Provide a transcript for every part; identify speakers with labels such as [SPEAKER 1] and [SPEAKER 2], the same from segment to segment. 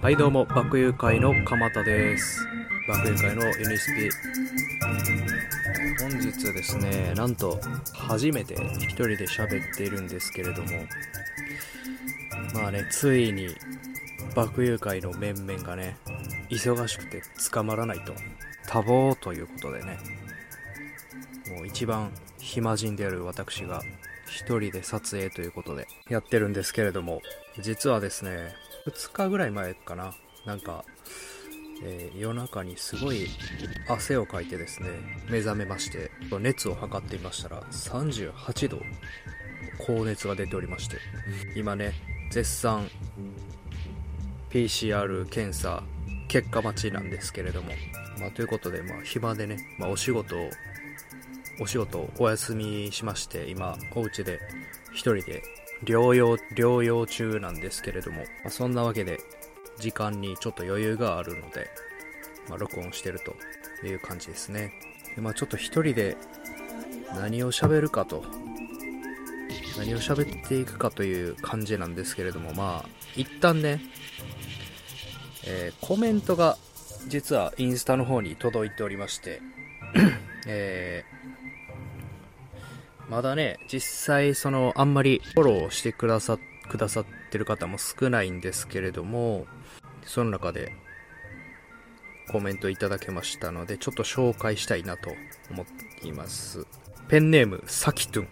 [SPEAKER 1] はいどうも、爆友会の鎌田です。爆友会のユニスピ。本日ですね、なんと初めて一人で喋っているんですけれども、まあね、ついに爆友会の面々がね、忙しくて捕まらないと、多忙ということでね、もう一番暇人である私が一人で撮影ということでやってるんですけれども、実はですね、2日ぐらい前かな、なんか、夜中にすごい汗をかいてですね、目覚めまして、熱を測っていましたら38度高熱が出ておりまして、今ね、絶賛 PCR 検査結果待ちなんですけれども、ということで、暇でね、お仕事をお休みしまして、今お家で一人で療養中なんですけれども、そんなわけで時間にちょっと余裕があるので、録音してるという感じですね。で、ちょっと一人で何を喋っていくかという感じなんですけれども、一旦ね、コメントが実はインスタの方に届いておりまして、まだね、実際あんまりフォローしてくださってる方も少ないんですけれども、その中でコメントいただけましたので、ちょっと紹介したいなと思っています。ペンネームサキトゥン。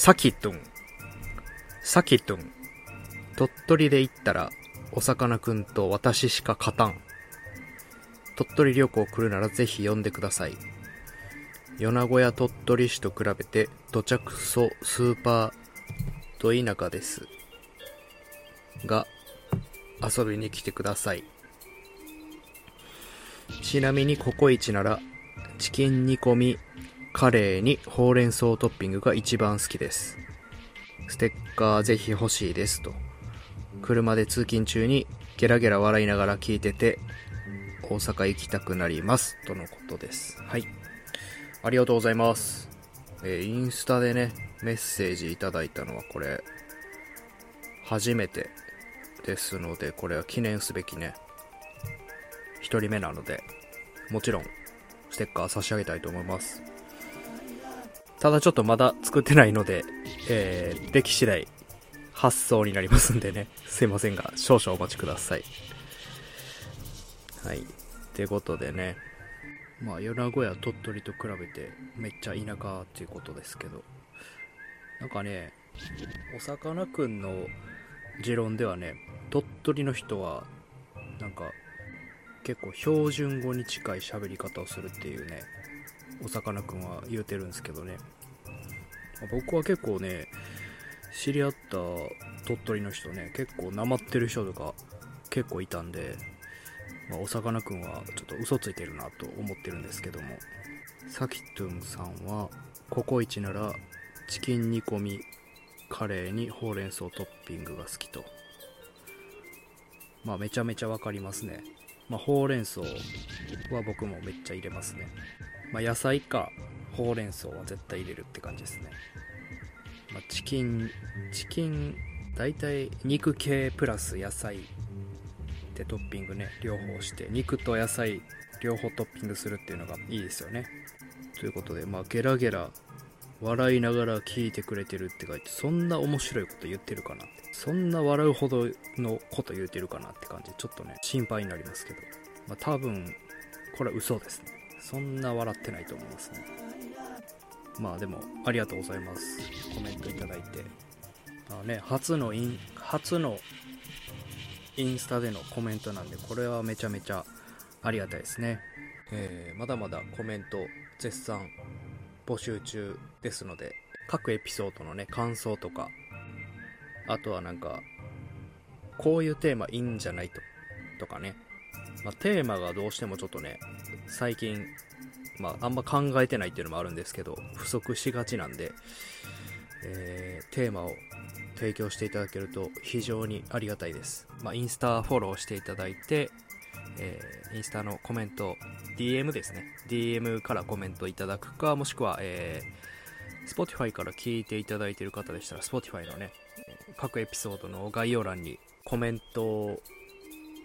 [SPEAKER 1] 鳥取で行ったらお魚くんと私しか勝たん。鳥取旅行来るならぜひ呼んでください。米子や鳥取市と比べてどちゃくそスーパーど田舎ですが、遊びに来てください。ちなみにココイチならチキン煮込みカレーにほうれん草トッピングが一番好きです。ステッカーぜひ欲しいですと。車で通勤中にゲラゲラ笑いながら聞いてて大阪行きたくなりますとのことです。はい、ありがとうございます。インスタでねメッセージいただいたのはこれ初めてですので、これは記念すべきね一人目なので、もちろんステッカー差し上げたいと思います。ただちょっとまだ作ってないので、でき次第発送になりますんでね、すいませんが少々お待ちください。はい、ってことでね、米子や鳥取と比べてめっちゃ田舎っていうことですけど、なんかね、おさかなクンの持論ではね、鳥取の人はなんか結構標準語に近い喋り方をするっていうね、おさかなクンは言うてるんですけどね、僕は結構ね、知り合った鳥取の人ね、結構なまってる人とか結構いたんで、おさかなクンはちょっと嘘ついてるなと思ってるんですけども、サキトゥンさんはココイチならチキン煮込みカレーにほうれん草トッピングが好きと。めちゃめちゃわかりますね。ほうれん草は僕もめっちゃ入れますね。野菜かほうれん草は絶対入れるって感じですね。チキンだいたい肉系プラス野菜でトッピングね、両方して肉と野菜両方トッピングするっていうのがいいですよね。ということで、ゲラゲラ笑いながら聞いてくれてるって書いて、そんな面白いこと言ってるかなって、そんな笑うほどのこと言ってるかなって感じで、ちょっとね心配になりますけど、多分これは嘘ですね。そんな笑ってないと思いますね。でもありがとうございます、コメントいただいて。初のインスタでのコメントなんで、これはめちゃめちゃありがたいですね。まだまだコメント絶賛募集中ですので、各エピソードのね感想とか、あとはなんかこういうテーマいいんじゃないとかね、テーマがどうしてもちょっとね最近あんま考えてないっていうのもあるんですけど、不足しがちなんで、テーマを提供していただけると非常にありがたいです。インスタフォローしていただいて、インスタのコメント DM ですね、 DM からコメントいただくか、もしくは、Spotify から聞いていただいている方でしたら Spotify のね各エピソードの概要欄にコメント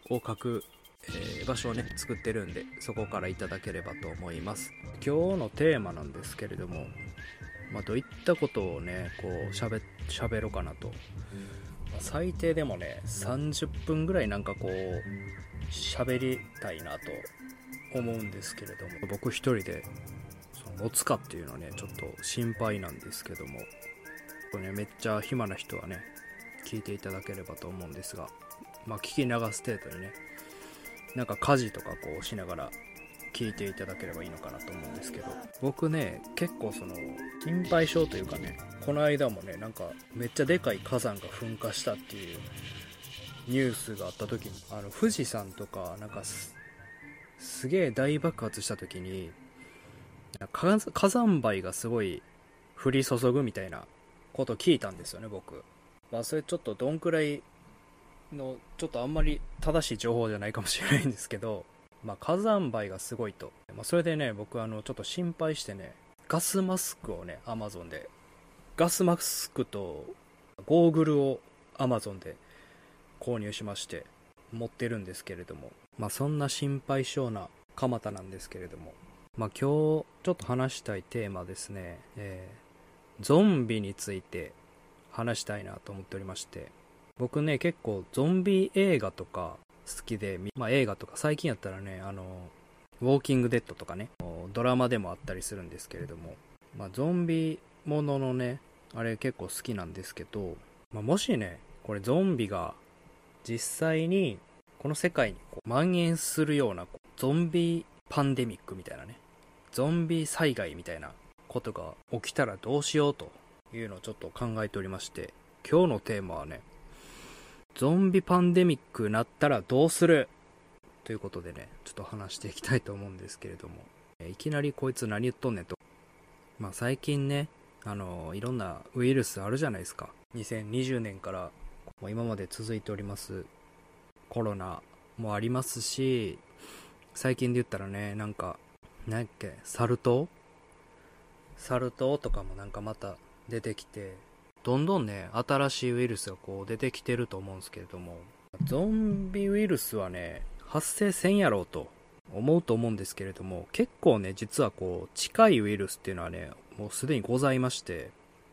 [SPEAKER 1] を書く、場所をね作ってるんで、そこからいただければと思います。今日のテーマなんですけれども、どういったことをねこう喋ろうかなと、最低でもね30分ぐらいなんかこう喋りたいなと思うんですけれども、僕一人で持つかっていうのはねちょっと心配なんですけども、これねめっちゃ暇な人はね聞いていただければと思うんですが、聞き流す程度にね、なんか家事とかこうしながら聞いていただければいいのかなと思うんですけど、僕ね結構その心配性というかね、この間もねなんかめっちゃでかい火山が噴火したっていうニュースがあった時に、富士山とかなんかすげえ大爆発した時に火山灰がすごい降り注ぐみたいなことを聞いたんですよね、僕。それちょっとどんくらいのちょっとあんまり正しい情報じゃないかもしれないんですけど、火山灰がすごいと、それでね僕ちょっと心配してね、ガスマスクをね Amazon で、ガスマスクとゴーグルを Amazon で購入しまして持ってるんですけれども、そんな心配性な蒲田なんですけれども、今日ちょっと話したいテーマですね、ゾンビについて話したいなと思っておりまして、僕ね結構ゾンビ映画とか好きで、映画とか最近やったらねウォーキングデッドとかねドラマでもあったりするんですけれども、ゾンビもののねあれ結構好きなんですけど、もしねこれゾンビが実際にこの世界に蔓延するようなゾンビパンデミックみたいなね、ゾンビ災害みたいなことが起きたらどうしようというのをちょっと考えておりまして、今日のテーマはね、ゾンビパンデミックなったらどうするということでね、ちょっと話していきたいと思うんですけれども、いきなりこいつ何言っとんねんと。最近ねいろんなウイルスあるじゃないですか。2020年から今まで続いておりますコロナもありますし、最近で言ったらねなんやっけ、サル痘とかもなんかまた出てきて、どんどんね新しいウイルスが出てきてると思うんですけれども、ゾンビウイルスはね発生せんやろうと思うと思うんですけれども、結構ね実は近いウイルスっていうのはねもうすでにございまして、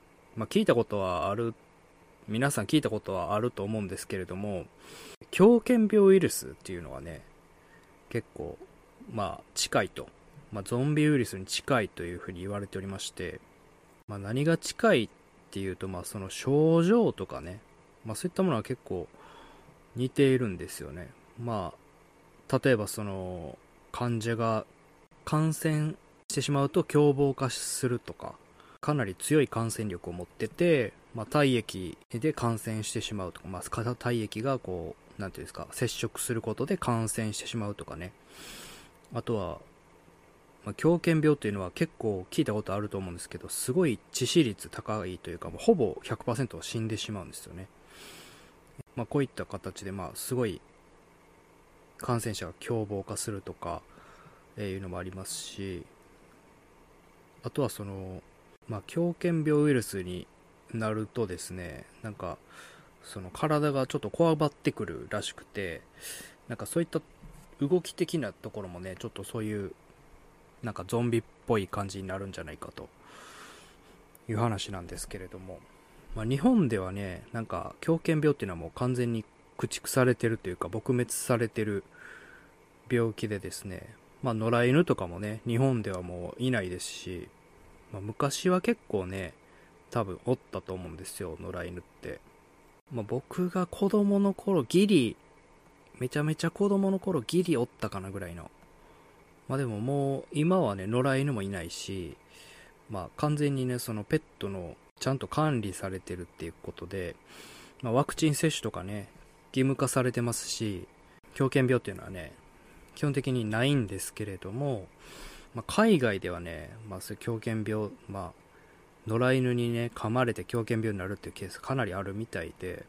[SPEAKER 1] 皆さん聞いたことはあると思うんですけれども、狂犬病ウイルスっていうのはね結構近いと、ゾンビウイルスに近いというふうに言われておりまして、何が近いっていうと、その症状とかね、そういったものは結構似ているんですよね。例えばその患者が感染してしまうと凶暴化するとか、かなり強い感染力を持ってて、体液で感染してしまうとか、体液がなんていうんですか、接触することで感染してしまうとかね。あとは狂犬病っていうのは結構聞いたことあると思うんですけど、すごい致死率高いというか、ほぼ 100% 死んでしまうんですよね。こういった形ですごい感染者が凶暴化するとか、いうのもありますし、あとはその狂犬病ウイルスになるとですね、なんかその体がちょっとこわばってくるらしくて、なんかそういった動き的なところもねちょっとそういうなんかゾンビっぽい感じになるんじゃないかという話なんですけれども、日本ではねなんか狂犬病っていうのはもう完全に駆逐されてるというか撲滅されてる病気でですね、野良犬とかもね日本ではもういないですし、昔は結構ね多分おったと思うんですよ、野良犬って。僕が子供の頃めちゃめちゃ子供の頃ギリおったかなぐらいの。でももう今はね野良犬もいないし、完全にねそのペットのちゃんと管理されてるっていうことで、ワクチン接種とかね義務化されてますし、狂犬病っていうのはね基本的にないんですけれども、海外ではね、そういう狂犬病、野良犬にね噛まれて狂犬病になるっていうケースかなりあるみたいで、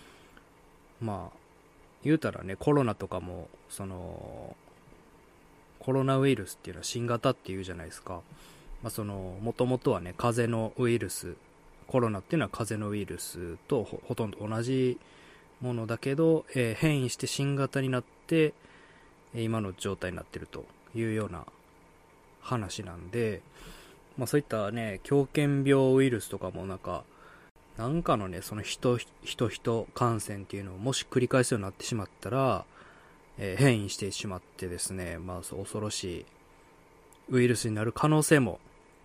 [SPEAKER 1] 言うたらねコロナとかもそのコロナウイルスっていうのは新型っていうじゃないですか。その元々はね風邪のウイルス、コロナっていうのは風邪のウイルスとほとんど同じものだけど、変異して新型になって、今の状態になってるというような話なんで、そういったね、狂犬病ウイルスとかもなんかのね、その人感染っていうのをもし繰り返すようになってしまったら、変異してしまってですね、恐ろしいウイルスになる可能性も、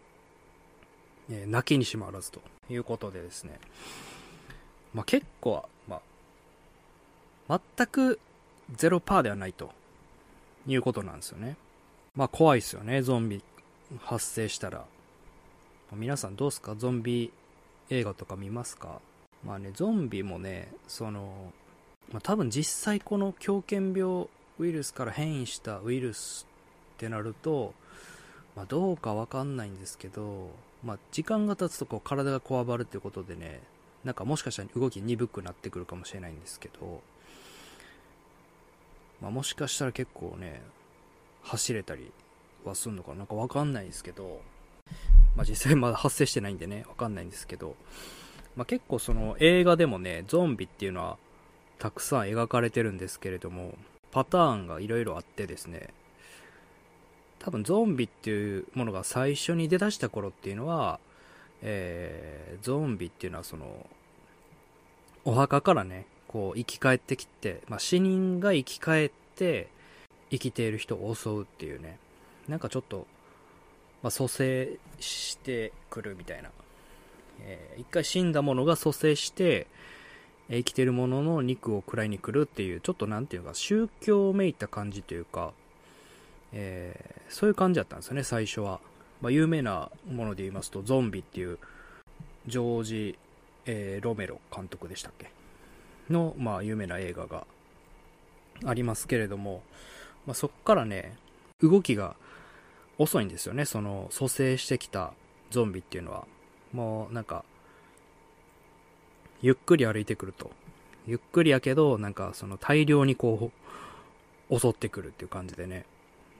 [SPEAKER 1] なきにしもあらずということでですね、結構、全く0%ではないということなんですよね。怖いですよね、ゾンビ発生したら。皆さんどうすか？ゾンビ映画とか見ますか？ゾンビもね、多分実際この狂犬病ウイルスから変異したウイルスってなると、どうかわかんないんですけど、時間が経つと体がこわばるっていうことでね、もしかしたら動き鈍くなってくるかもしれないんですけど、もしかしたら結構ね、走れたりはすんのかな、わかんないですけど、実際まだ発生してないんでね、わかんないんですけど、結構その映画でもね、ゾンビっていうのはたくさん描かれてるんですけれども、パターンがいろいろあってですね、多分ゾンビっていうものが最初に出だした頃っていうのは、ゾンビっていうのはお墓からね、生き返ってきて、死人が生き返って生きている人を襲うっていうね、ちょっと、蘇生してくるみたいな、一回死んだものが蘇生して生きているものの肉を食らいに来るっていう、ちょっとなんていうか宗教めいた感じというか、そういう感じだったんですよね、最初は。有名なもので言いますと、ゾンビっていうジョージ、ロメロ監督でしたっけの、有名な映画がありますけれども、そっからね、動きが遅いんですよね。その蘇生してきたゾンビっていうのは、もうゆっくり歩いてくると、ゆっくりやけどその大量に襲ってくるっていう感じでね、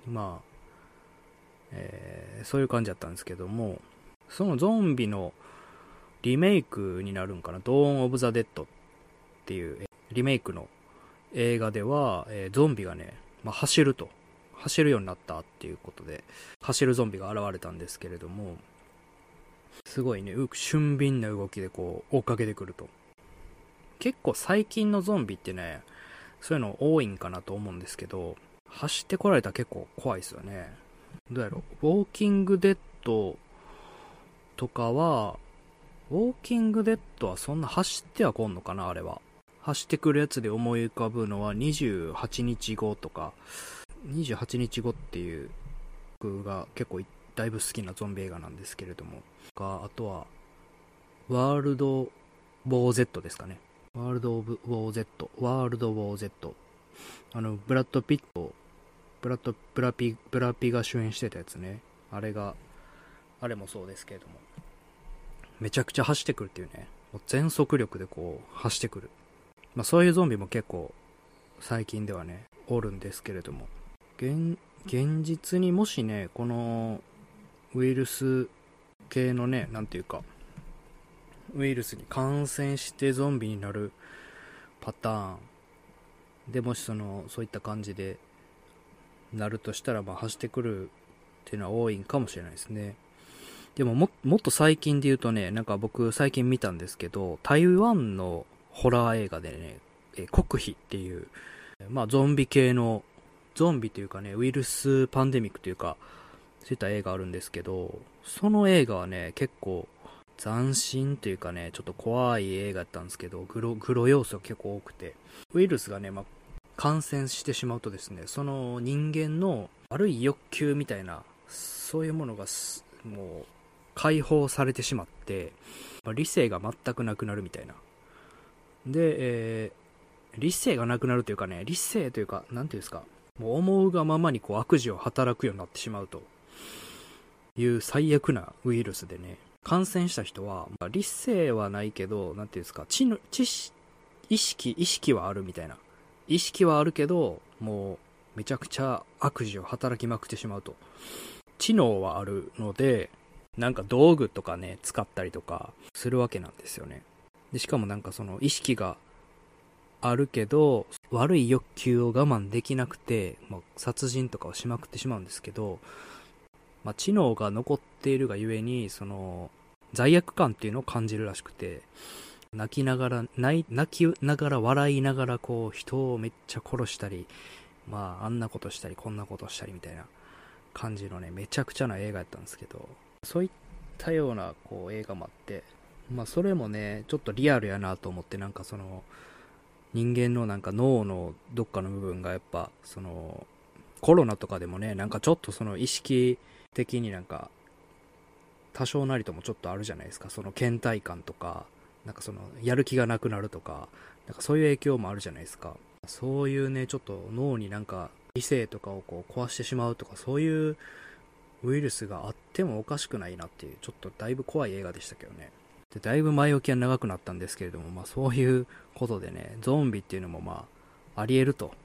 [SPEAKER 1] そういう感じだったんですけども、そのゾンビのリメイクになるんかな、ドーン・オブ・ザ・デッドっていうリメイクの映画では、ゾンビがね、走るようになったっていうことで、走るゾンビが現れたんですけれども、すごいね、俊敏な動きで追っかけてくると。結構最近のゾンビってね、そういうの多いんかなと思うんですけど、走ってこられたら結構怖いですよね。どうやろう、ウォーキングデッドとかは、ウォーキングデッドはそんな走ってはこんのかな、あれは。走ってくるやつで思い浮かぶのは28日後とか、28日後っていう僕が結構だいぶ好きなゾンビ映画なんですけれども、あとはワールドウォー Z ですかね。ワールドウォー Z、ワールドウォー Z、ブラッド・ピット、ブラピが主演してたやつね。あれもそうですけれども、めちゃくちゃ走ってくるっていうね、もう全速力で走ってくる。そういうゾンビも結構最近ではねおるんですけれども、現実にもしね、このウイルス系のね、なんていうかウイルスに感染してゾンビになるパターンで、もしそういった感じでなるとしたら、走ってくるっていうのは多いんかもしれないですね。でももっと最近で言うとね、僕最近見たんですけど、台湾のホラー映画でね、国費っていう、ゾンビ系の、ゾンビというかね、ウイルスパンデミックというか、そういった映画あるんですけど、その映画はね、結構斬新というかね、ちょっと怖い映画だったんですけど、グロ要素が結構多くて、ウイルスがね、感染してしまうとですね、その人間の悪い欲求みたいな、そういうものがもう解放されてしまって、理性が全くなくなるみたいな。で、理性がなくなるというかね、理性というか、なんていうんですか、もう思うがままに悪事を働くようになってしまうという最悪なウイルスでね、感染した人は、理性はないけど、なんていうんですか、意識はあるみたいな。意識はあるけど、もうめちゃくちゃ悪事を働きまくってしまうと。知能はあるので、道具とかね、使ったりとかするわけなんですよね。で、しかもその意識があるけど、悪い欲求を我慢できなくて、殺人とかをしまくってしまうんですけど、知能が残っているがゆえに、その、罪悪感っていうのを感じるらしくて、泣きながら笑いながらこう人をめっちゃ殺したり、あんなことしたりこんなことしたりみたいな感じのね、めちゃくちゃな映画やったんですけど、そういったようなこう映画もあって、それもね、ちょっとリアルやなと思って、なんかその、人間のなんか脳のどっかの部分がやっぱ、その、コロナとかでもね、なんかちょっとその意識的になんか、多少なりともちょっとあるじゃないですか。その倦怠感とか、なんかその、やる気がなくなるとか、なんかそういう影響もあるじゃないですか。そういうね、ちょっと脳になんか、理性とかをこう壊してしまうとか、そういうウイルスがあってもおかしくないなっていう、ちょっとだいぶ怖い映画でしたけどね。で、だいぶ前置きは長くなったんですけれども、そういうことでね、ゾンビっていうのもあり得ると。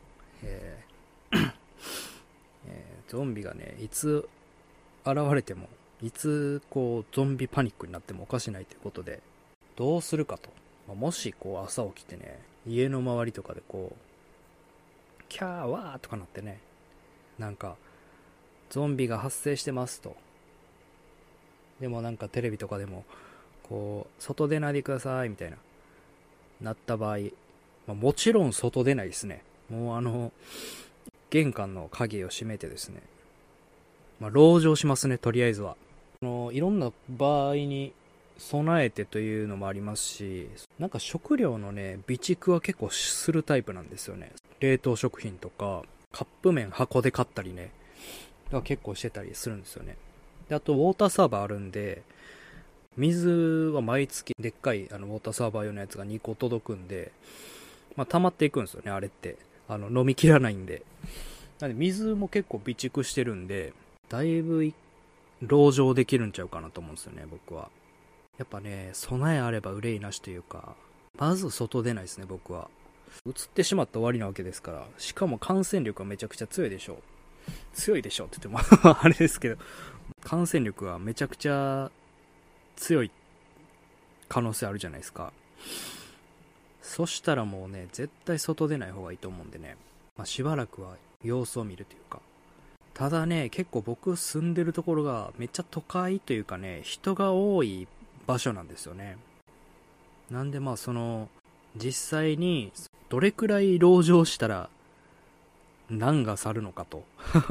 [SPEAKER 1] ゾンビがね、いつ現れても、いつこうゾンビパニックになってもおかしないということで、どうするかと。もしこう朝起きてね、家の周りとかでこう、キャーワーとかなってね、なんか、ゾンビが発生してますと。でもなんかテレビとかでも、こう、外出ないでくださいみたいな、なった場合、もちろん外出ないですね。もう玄関の鍵を閉めてですね、籠城しますね、とりあえずは。いろんな場合に備えてというのもありますし、なんか食料のね、備蓄は結構するタイプなんですよね。冷凍食品とか、カップ麺箱で買ったりね、が結構してたりするんですよね。で、あと、ウォーターサーバーあるんで、水は毎月でっかいウォーターサーバー用のやつが2個届くんで、溜まっていくんですよね、あれって。飲み切らないんで。なんで、水も結構備蓄してるんで、だいぶ籠城できるんちゃうかなと思うんですよね、僕は。やっぱね、備えあれば憂いなしというか、まず外出ないですね、僕は。移ってしまったら終わりなわけですから、しかも感染力はめちゃくちゃ強いでしょう。強いでしょって言ってもあれですけど、感染力はめちゃくちゃ強い可能性あるじゃないですか。そしたらもうね、絶対外出ない方がいいと思うんでね、しばらくは様子を見るというか。ただね、結構僕住んでるところがめっちゃ都会というかね、人が多い場所なんですよね。なんでその、実際にどれくらい籠城したら難が去るのかと。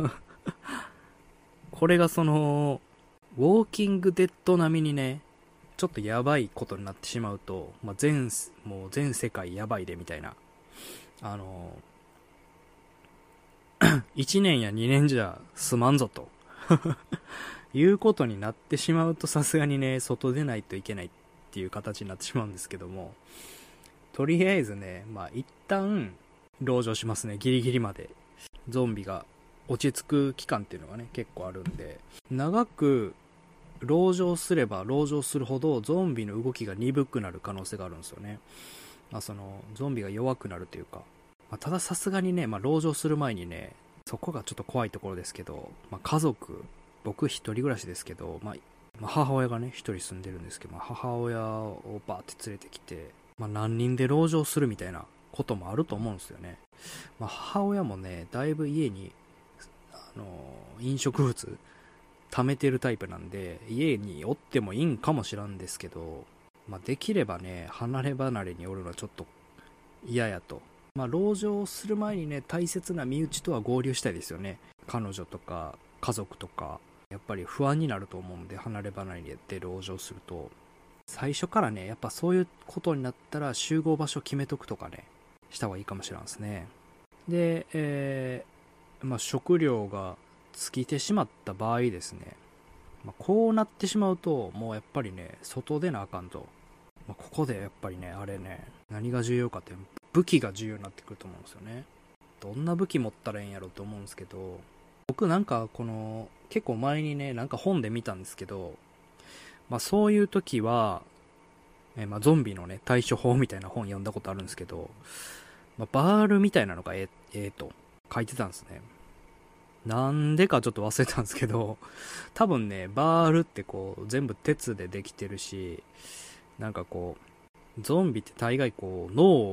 [SPEAKER 1] これがその、ウォーキングデッド並みにね、ちょっとやばいことになってしまうと、もう全世界やばいでみたいな。1年や2年じゃ済まんぞと。いうことになってしまうとさすがにね、外出ないといけないっていう形になってしまうんですけども、とりあえずね、一旦、籠城しますね、ギリギリまで。ゾンビが落ち着く期間っていうのがね、結構あるんで、長く籠城すれば籠城するほどゾンビの動きが鈍くなる可能性があるんですよね。その、ゾンビが弱くなるというか、たださすがにね、籠城する前にね、そこがちょっと怖いところですけど、家族、僕一人暮らしですけど、母親がね、一人住んでるんですけど、母親をバーって連れてきて、何人で籠城するみたいなこともあると思うんですよね。母親もね、だいぶ家に、飲食物、貯めてるタイプなんで、家におってもいいんかもしらんですけど、できればね、離れ離れにおるのはちょっと嫌やと。籠城する前にね、大切な身内とは合流したいですよね。彼女とか、家族とか、やっぱり不安になると思うんで、離れ離れで籠城すると。最初からね、やっぱそういうことになったら集合場所決めとくとかね、した方がいいかもしれんですね。で、食料が尽きてしまった場合ですね、こうなってしまうと、もうやっぱりね、外出なあかんと。ここでやっぱりね、あれね、何が重要かって、武器が重要になってくると思うんですよね。どんな武器持ったらええんやろと思うんですけど、僕なんか結構前にね、なんか本で見たんですけど、そういう時は、ゾンビのね、対処法みたいな本読んだことあるんですけど、バールみたいなのがええと書いてたんですね。なんでかちょっと忘れたんですけど、多分ね、バールってこう、全部鉄でできてるし、なんかこう、ゾンビって大概こう、脳を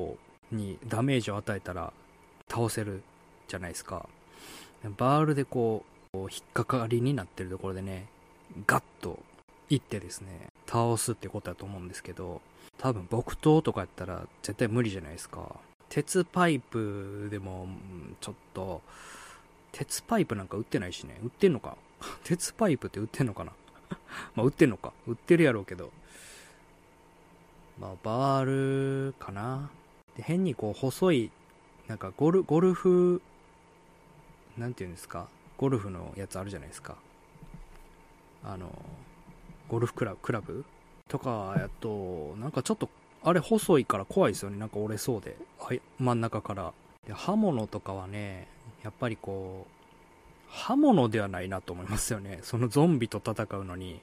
[SPEAKER 1] にダメージを与えたら倒せるじゃないですか。バールでこう引っかかりになってるところでね、ガッといってですね、倒すってことだと思うんですけど、多分木刀とかやったら絶対無理じゃないですか。鉄パイプでもちょっと、鉄パイプなんか売ってないしね。売ってんのか鉄パイプって売ってんのかなまあ売ってんのか。売ってるやろうけど。まあバールかな。で変にこう細い、なんかゴルフ、なんていうんですか。ゴルフのやつあるじゃないですか。ゴルフクラブとかやと、なんかちょっと、あれ細いから怖いですよね。なんか折れそうで。はい、真ん中から。で刃物とかはね、やっぱりこう、刃物ではないなと思いますよね。そのゾンビと戦うのに、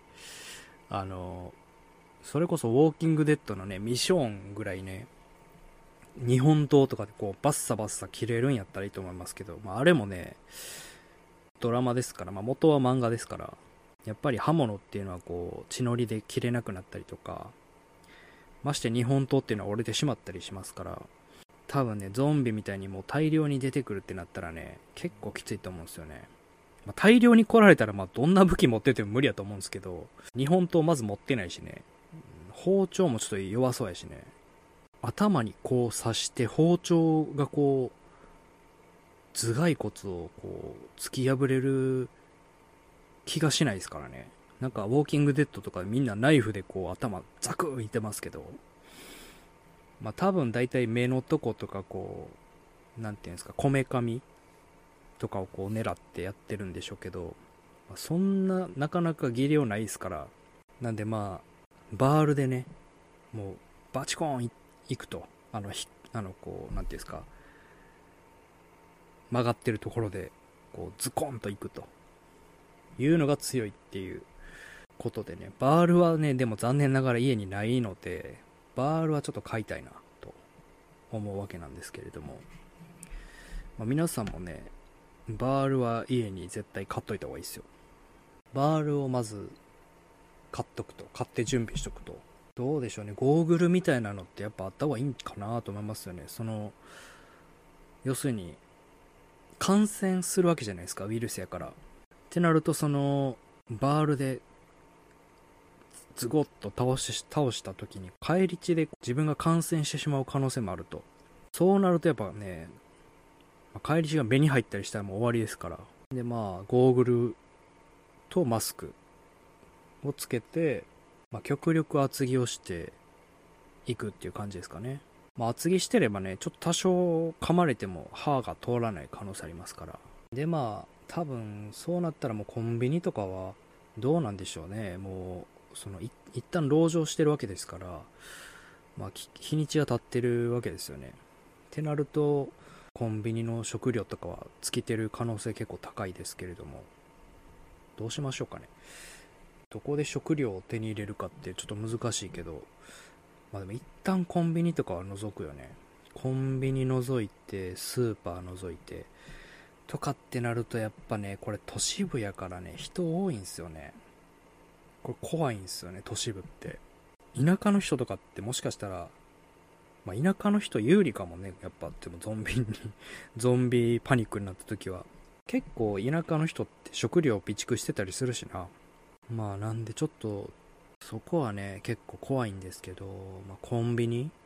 [SPEAKER 1] それこそウォーキングデッドのね、ミショーンぐらいね、日本刀とかでこうバッサバッサ切れるんやったらいいと思いますけど、まああれもね、ドラマですから、まあ元は漫画ですから、やっぱり刃物っていうのはこう、血のりで切れなくなったりとか、まして日本刀っていうのは折れてしまったりしますから、多分ね、ゾンビみたいにもう大量に出てくるってなったらね、結構きついと思うんですよね。まあ、大量に来られたら、まあ、どんな武器持ってても無理やと思うんですけど、日本刀まず持ってないしね、包丁もちょっと弱そうやしね、頭にこう刺して包丁がこう、頭蓋骨をこう、突き破れる気がしないですからね。なんか、ウォーキングデッドとかみんなナイフでこう、頭ザクーいってますけど、まあ多分大体目のとことかこう、なんていうんですか、こめかみとかをこう狙ってやってるんでしょうけど、まあ、そんな、なかなか技量ないですから、なんでまあ、バールでね、もう、バチコーンいくと、こう、なんていうんですか、曲がってるところで、こう、ズコンといくというのが強いっていうことでね、バールはね、でも残念ながら家にないので、バールはちょっと買いたいな、と思うわけなんですけれども、まあ、皆さんもね、バールは家に絶対買っといた方がいいですよ。バールをまず買って準備しとくと。どうでしょうね、ゴーグルみたいなのってやっぱあった方がいいんかなと思いますよね。要するに、感染するわけじゃないですか、ウイルスやから。ってなると、バールで、ズゴッと倒した時に、返り血で自分が感染してしまう可能性もあると。そうなるとやっぱね、返り血が目に入ったりしたらもう終わりですから。で、まあ、ゴーグルとマスクをつけて、まあ、極力厚着をしていくっていう感じですかね。まあ、厚着してればね、ちょっと多少噛まれても歯が通らない可能性ありますから。で、まあ、多分、そうなったらもうコンビニとかは、どうなんでしょうね。もう、一旦籠城してるわけですから、まあ、日にちが経ってるわけですよね。ってなると、コンビニの食料とかは尽きてる可能性結構高いですけれども、どうしましょうかね。どこで食料を手に入れるかってちょっと難しいけど、まあでも一旦コンビニとかは除くよね。コンビニ除いて、スーパー除いて、とかってなるとやっぱね、これ都市部やからね、人多いんすよね。これ怖いんすよね、都市部って。田舎の人とかってもしかしたら、まあ田舎の人有利かもね、やっぱでもゾンビパニックになった時は。結構田舎の人って食料備蓄してたりするしな。まあなんでちょっと、そこはね、結構怖いんですけど、まあコンビニ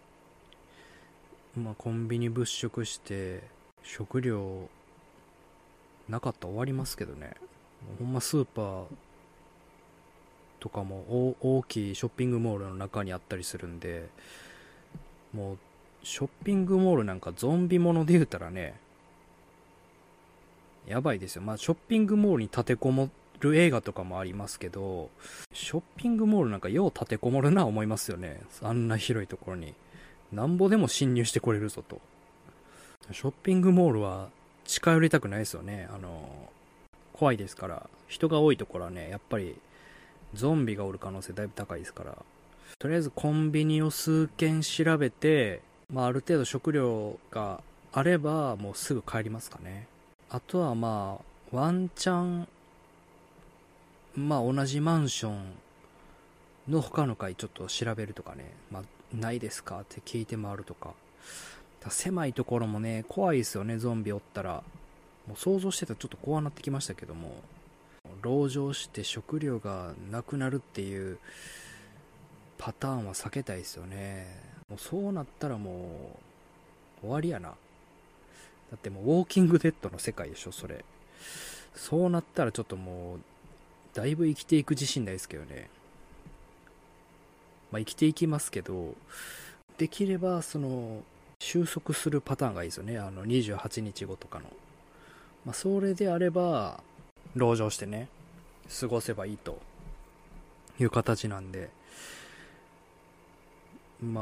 [SPEAKER 1] 物色して、食料、なかったら終わりますけどね。ほんまスーパーとかも大きいショッピングモールの中にあったりするんで、もう、ショッピングモールなんかゾンビもので言うたらね、やばいですよ。まあ、ショッピングモールに立てこもる映画とかもありますけど、ショッピングモールなんかよう立てこもるな思いますよね。あんな広いところに。なんぼでも侵入してこれるぞと。ショッピングモールは近寄りたくないですよね。怖いですから。人が多いところはね、やっぱりゾンビがおる可能性だいぶ高いですから。とりあえずコンビニを数軒調べて、まあある程度食料があればもうすぐ帰りますかね。あとはまあ、ワンチャン、まあ同じマンションの他の階ちょっと調べるとかね。まあ、ないですかって聞いて回るとか。 狭いところもね、怖いですよね、ゾンビおったら。もう想像してたらちょっと怖なってきましたけども、籠城して食料がなくなるっていうパターンは避けたいですよね。もうそうなったらもう終わりやな。だってもうウォーキングデッドの世界でしょ、それ。そうなったらちょっともうだいぶ生きていく自信ないですけどね。まあ生きていきますけど、できればその収束するパターンがいいですよね。28日後とかの。まあそれであれば籠城してね、過ごせばいいという形なんで、まあ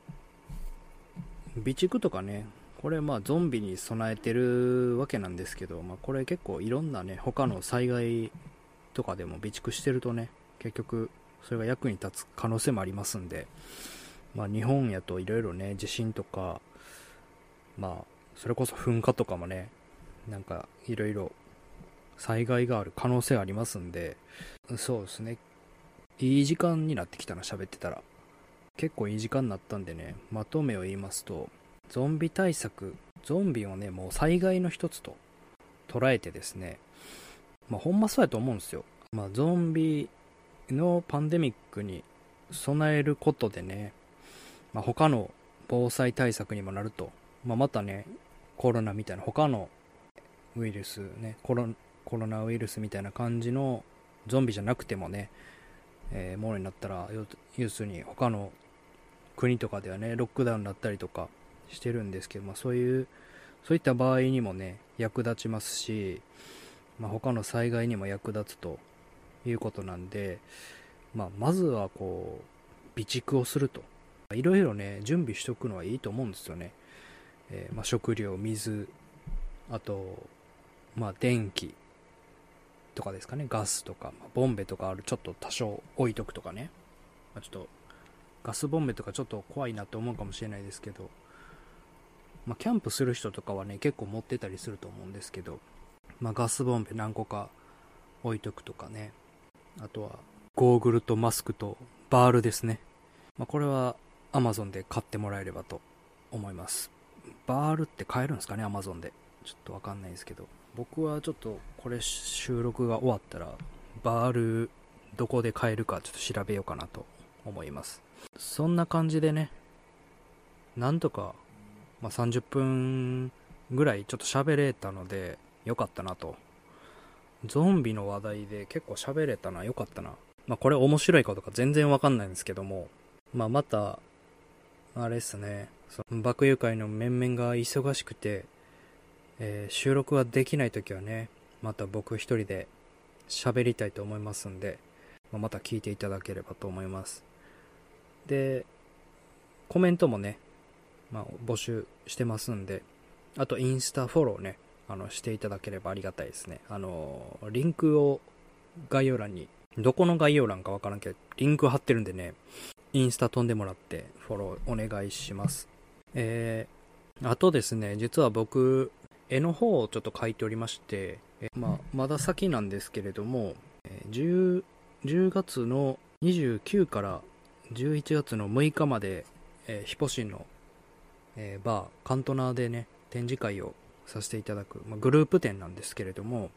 [SPEAKER 1] 備蓄とかね、これまあゾンビに備えてるわけなんですけど、まあこれ結構いろんなね、他の災害とかでも備蓄してるとね、結局それが役に立つ可能性もありますんで、まあ日本やといろいろね、地震とか、まあそれこそ噴火とかもね、なんかいろいろ災害がある可能性ありますんで、そうですね、いい時間になってきたな、喋ってたら。結構いい時間になったんでね、まとめを言いますと、ゾンビ対策、ゾンビをね、もう災害の一つと捉えてですね、まあほんまそうやと思うんですよ。まあゾンビのパンデミックに備えることでね、まあ他の防災対策にもなると。まあまたね、コロナみたいな他のウイルスね、コロナウイルスみたいな感じのゾンビじゃなくてもね、ものになったら、要するに他の国とかではね、ロックダウンだったりとかしてるんですけど、まあそういった場合にもね、役立ちますし、まあ他の災害にも役立つということなんで、まあまずはこう、備蓄をすると。いろいろね、準備しとくのはいいと思うんですよね。まあ食料、水、あと、まあ電気とかですかね、ガスとか、まあ、ボンベとかある、ちょっと多少置いとくとかね。まあ、ちょっとガスボンベとかちょっと怖いなって思うかもしれないですけど、まあ、キャンプする人とかはね、結構持ってたりすると思うんですけど、まあ、ガスボンベ何個か置いとくとかね。あとは、ゴーグルとマスクとバールですね。まあ、これは Amazon で買ってもらえればと思います。バールって買えるんですかね、Amazon で。ちょっとわかんないですけど。僕はちょっとこれ収録が終わったら、バールどこで買えるかちょっと調べようかなと思います。そんな感じでね、なんとか、まあ、30分ぐらいちょっと喋れたので、よかったなと。ゾンビの話題で結構喋れたな、よかったな。まあこれ面白いかとか全然わかんないんですけども、まあまた、あれですね、爆友会の面々が忙しくて、収録ができないときはね、また僕一人で喋りたいと思いますんで、また聞いていただければと思います。で、コメントもね、募集してますんで、あとインスタフォローね、していただければありがたいですね。リンクを概要欄に、どこの概要欄かわからんけど、リンク貼ってるんでね、インスタ飛んでもらってフォローお願いします。あとですね、実は僕、絵の方をちょっと描いておりまして、まだ先なんですけれども、10月の29から11月の6日まで、ヒポシンの、バー、カントナーでね、展示会をさせていただく、グループ展なんですけれども、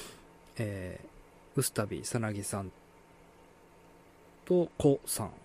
[SPEAKER 1] ウスタビ、さなぎさんとコさん、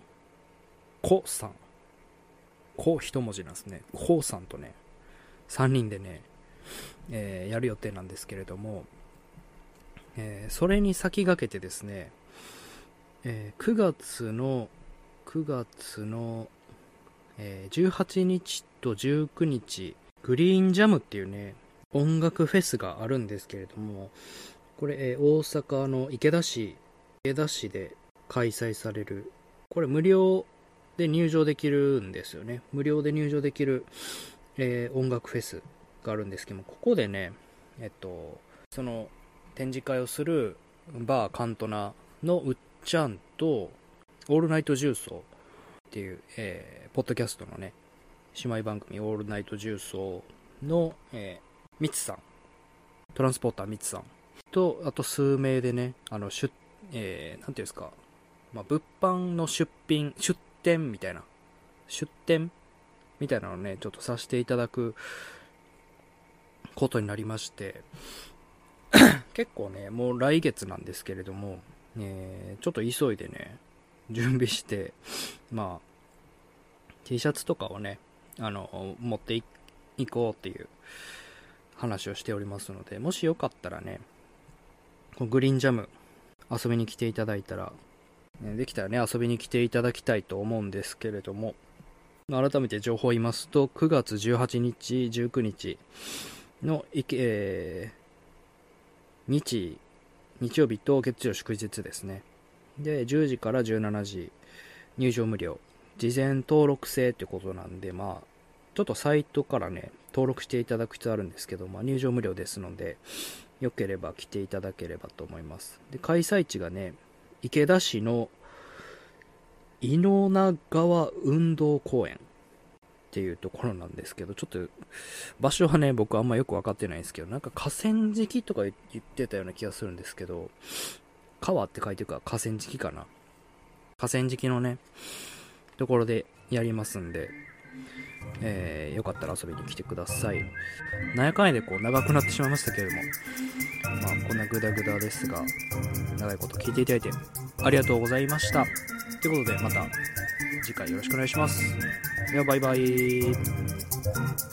[SPEAKER 1] コ一文字なんですね。コさんとね、3人でね、やる予定なんですけれども、それに先駆けてですね、9月の、18日と19日、グリーンジャムっていうね、音楽フェスがあるんですけれども、これ、大阪の池田市で開催される、これ無料で入場できるんですよね。無料で入場できる、音楽フェスがあるんですけども、ここでね、その展示会をするバーカントナのうっちゃんと、オールナイトジューソーっていう、ポッドキャストのね、姉妹番組オールナイトジューソーの、ミツさん、トランスポーターミツさんと、あと数名でね、なんていうんですか、物販の出店みたいな、出店みたいなのをねちょっとさせていただくことになりまして、結構ねもう来月なんですけれども、ちょっと急いでね準備して、まあ T シャツとかをね持っていこうっていう話をしておりますので、もしよかったらねグリーンジャム遊びに来ていただいたら、できたらね遊びに来ていただきたいと思うんですけれども、改めて情報を言いますと、9月18日19日の日曜日と月曜祝日ですね。で10時から17時入場無料、事前登録制ってことなんで、まあちょっとサイトからね登録していただく必要あるんですけど、入場無料ですので、よければ来ていただければと思います。で開催地がね池田市の井の名川運動公園っていうところなんですけど、ちょっと場所はね僕あんまよく分かってないんですけど、なんか河川敷とか言ってたような気がするんですけど、川って書いてるから河川敷かな、河川敷のねところでやりますんで、よかったら遊びに来てください。なんやかんやでこう長くなってしまいましたけれども、まあこんなグダグダですが長いこと聞いていただいてありがとうございました。ということでまた次回よろしくお願いします。ではバイバイ。